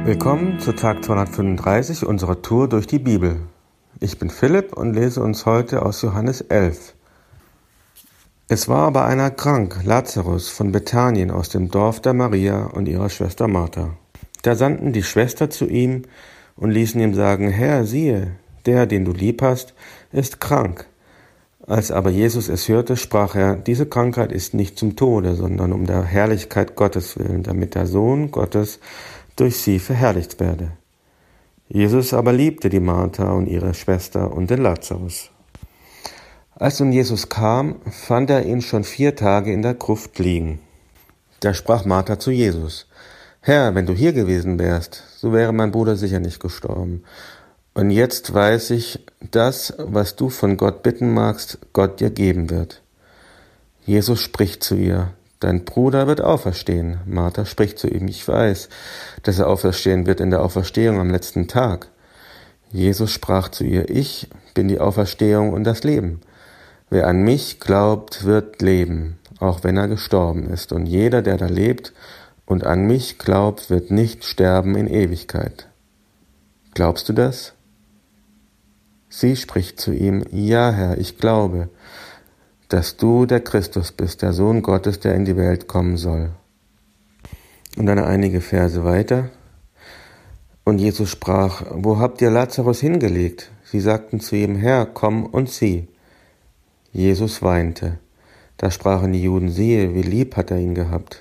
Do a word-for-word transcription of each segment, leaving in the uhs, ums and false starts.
Willkommen zu Tag zweihundertfünfunddreißig unserer Tour durch die Bibel. Ich bin Philipp und lese uns heute aus Johannes elf. Es war aber einer krank, Lazarus von Bethanien aus dem Dorf der Maria und ihrer Schwester Martha. Da sandten die Schwester zu ihm und ließen ihm sagen: Herr, siehe, der, den du lieb hast, ist krank. Als aber Jesus es hörte, sprach er: Diese Krankheit ist nicht zum Tode, sondern um der Herrlichkeit Gottes willen, damit der Sohn Gottes durch sie verherrlicht werde. Jesus aber liebte die Martha und ihre Schwester und den Lazarus. Als nun Jesus kam, fand er ihn schon vier Tage in der Gruft liegen. Da sprach Martha zu Jesus: Herr, wenn du hier gewesen wärst, so wäre mein Bruder sicher nicht gestorben. Und jetzt weiß ich, das, was du von Gott bitten magst, Gott dir geben wird. Jesus spricht zu ihr: Dein Bruder wird auferstehen. Martha spricht zu ihm: Ich weiß, dass er auferstehen wird in der Auferstehung am letzten Tag. Jesus sprach zu ihr: Ich bin die Auferstehung und das Leben. Wer an mich glaubt, wird leben, auch wenn er gestorben ist. Und jeder, der da lebt und an mich glaubt, wird nicht sterben in Ewigkeit. Glaubst du das? Sie spricht zu ihm: Ja, Herr, ich glaube, dass du der Christus bist, der Sohn Gottes, der in die Welt kommen soll. Und dann einige Verse weiter. Und Jesus sprach: Wo habt ihr Lazarus hingelegt? Sie sagten zu ihm: Herr, komm und sieh. Jesus weinte. Da sprachen die Juden: Siehe, wie lieb hat er ihn gehabt.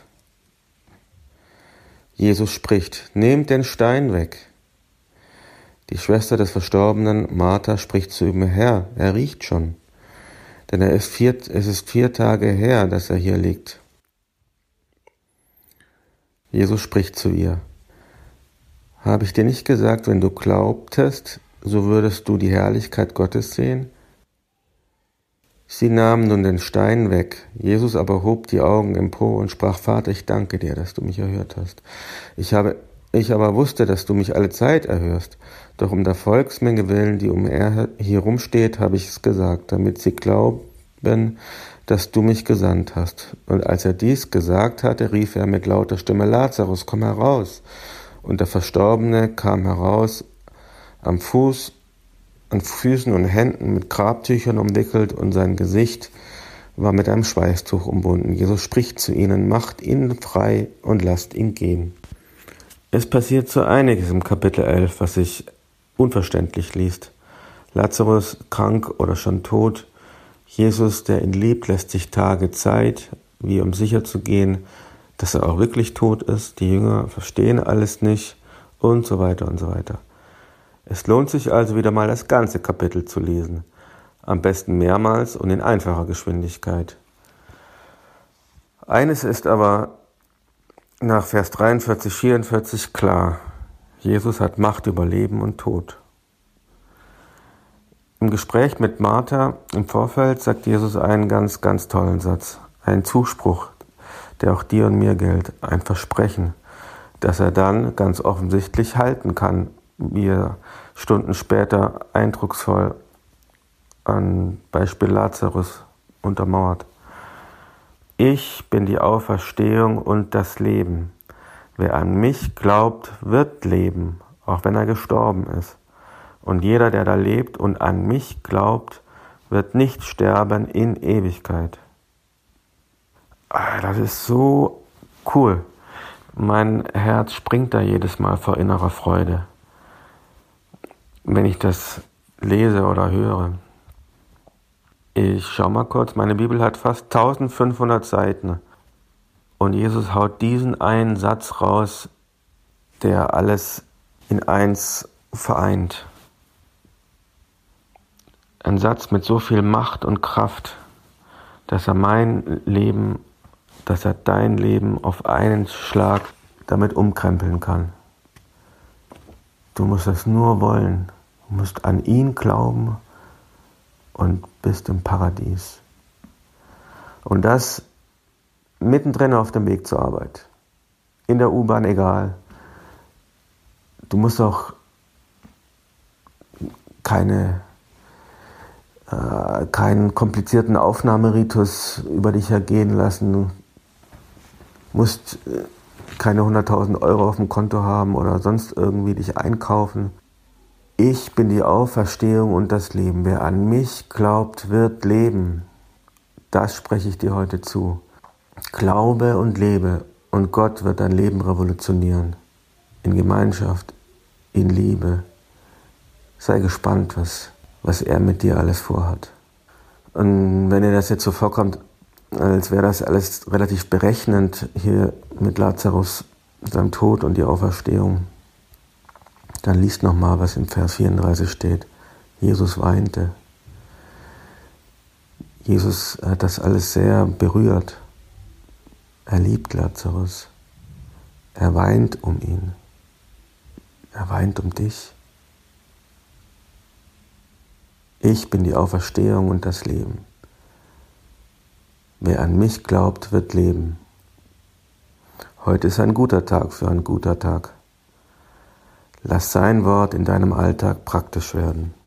Jesus spricht: Nehmt den Stein weg. Die Schwester des Verstorbenen, Martha, spricht zu ihm: Herr, er riecht schon. Denn er ist vier, es ist vier Tage her, dass er hier liegt. Jesus spricht zu ihr: Habe ich dir nicht gesagt, wenn du glaubtest, so würdest du die Herrlichkeit Gottes sehen? Sie nahmen nun den Stein weg. Jesus aber hob die Augen empor und sprach: Vater, ich danke dir, dass du mich erhört hast. Ich habe, ich aber wusste, dass du mich alle Zeit erhörst. Doch um der Volksmenge willen, die um er hier rumsteht, habe ich es gesagt, damit sie glauben, dass du mich gesandt hast. Und als er dies gesagt hatte, rief er mit lauter Stimme: Lazarus, komm heraus. Und der Verstorbene kam heraus, am Fuß, an Füßen und Händen mit Grabtüchern umwickelt, und sein Gesicht war mit einem Schweißtuch umbunden. Jesus spricht zu ihnen: Macht ihn frei und lasst ihn gehen. Es passiert so einiges im Kapitel elf, was sich unverständlich liest. Lazarus krank oder schon tot. Jesus, der ihn liebt, lässt sich Tage Zeit, wie um sicher zu gehen, dass er auch wirklich tot ist. Die Jünger verstehen alles nicht und so weiter und so weiter. Es lohnt sich also wieder mal, das ganze Kapitel zu lesen. Am besten mehrmals und in einfacher Geschwindigkeit. Eines ist aber nach Vers dreiundvierzig, vierundvierzig klar: Jesus hat Macht über Leben und Tod. Im Gespräch mit Martha im Vorfeld sagt Jesus einen ganz, ganz tollen Satz. Einen Zuspruch, der auch dir und mir gilt. Ein Versprechen, das er dann ganz offensichtlich halten kann, wie er Stunden später eindrucksvoll an Beispiel Lazarus untermauert. Ich bin die Auferstehung und das Leben. Wer an mich glaubt, wird leben, auch wenn er gestorben ist. Und jeder, der da lebt und an mich glaubt, wird nicht sterben in Ewigkeit. Das ist so cool. Mein Herz springt da jedes Mal vor innerer Freude, wenn ich das lese oder höre. Ich schau mal kurz, meine Bibel hat fast eintausendfünfhundert Seiten. Und Jesus haut diesen einen Satz raus, der alles in eins vereint. Ein Satz mit so viel Macht und Kraft, dass er mein Leben, dass er dein Leben auf einen Schlag damit umkrempeln kann. Du musst es nur wollen. Du musst an ihn glauben und bist im Paradies. Und das mittendrin auf dem Weg zur Arbeit. In der U-Bahn, egal. Du musst auch keine, äh, keinen komplizierten Aufnahmeritus über dich ergehen lassen. Du musst keine hunderttausend Euro auf dem Konto haben oder sonst irgendwie dich einkaufen. Ich bin die Auferstehung und das Leben. Wer an mich glaubt, wird leben. Das spreche ich dir heute zu. Glaube und lebe und Gott wird dein Leben revolutionieren. In Gemeinschaft, in Liebe. Sei gespannt, was, was er mit dir alles vorhat. Und wenn dir das jetzt so vorkommt, als wäre das alles relativ berechnend hier mit Lazarus, seinem Tod und die Auferstehung, dann liest nochmal, was im Vers vierunddreißig steht. Jesus weinte. Jesus hat das alles sehr berührt. Er liebt Lazarus. Er weint um ihn. Er weint um dich. Ich bin die Auferstehung und das Leben. Wer an mich glaubt, wird leben. Heute ist ein guter Tag für ein guter Tag. Lass sein Wort in deinem Alltag praktisch werden.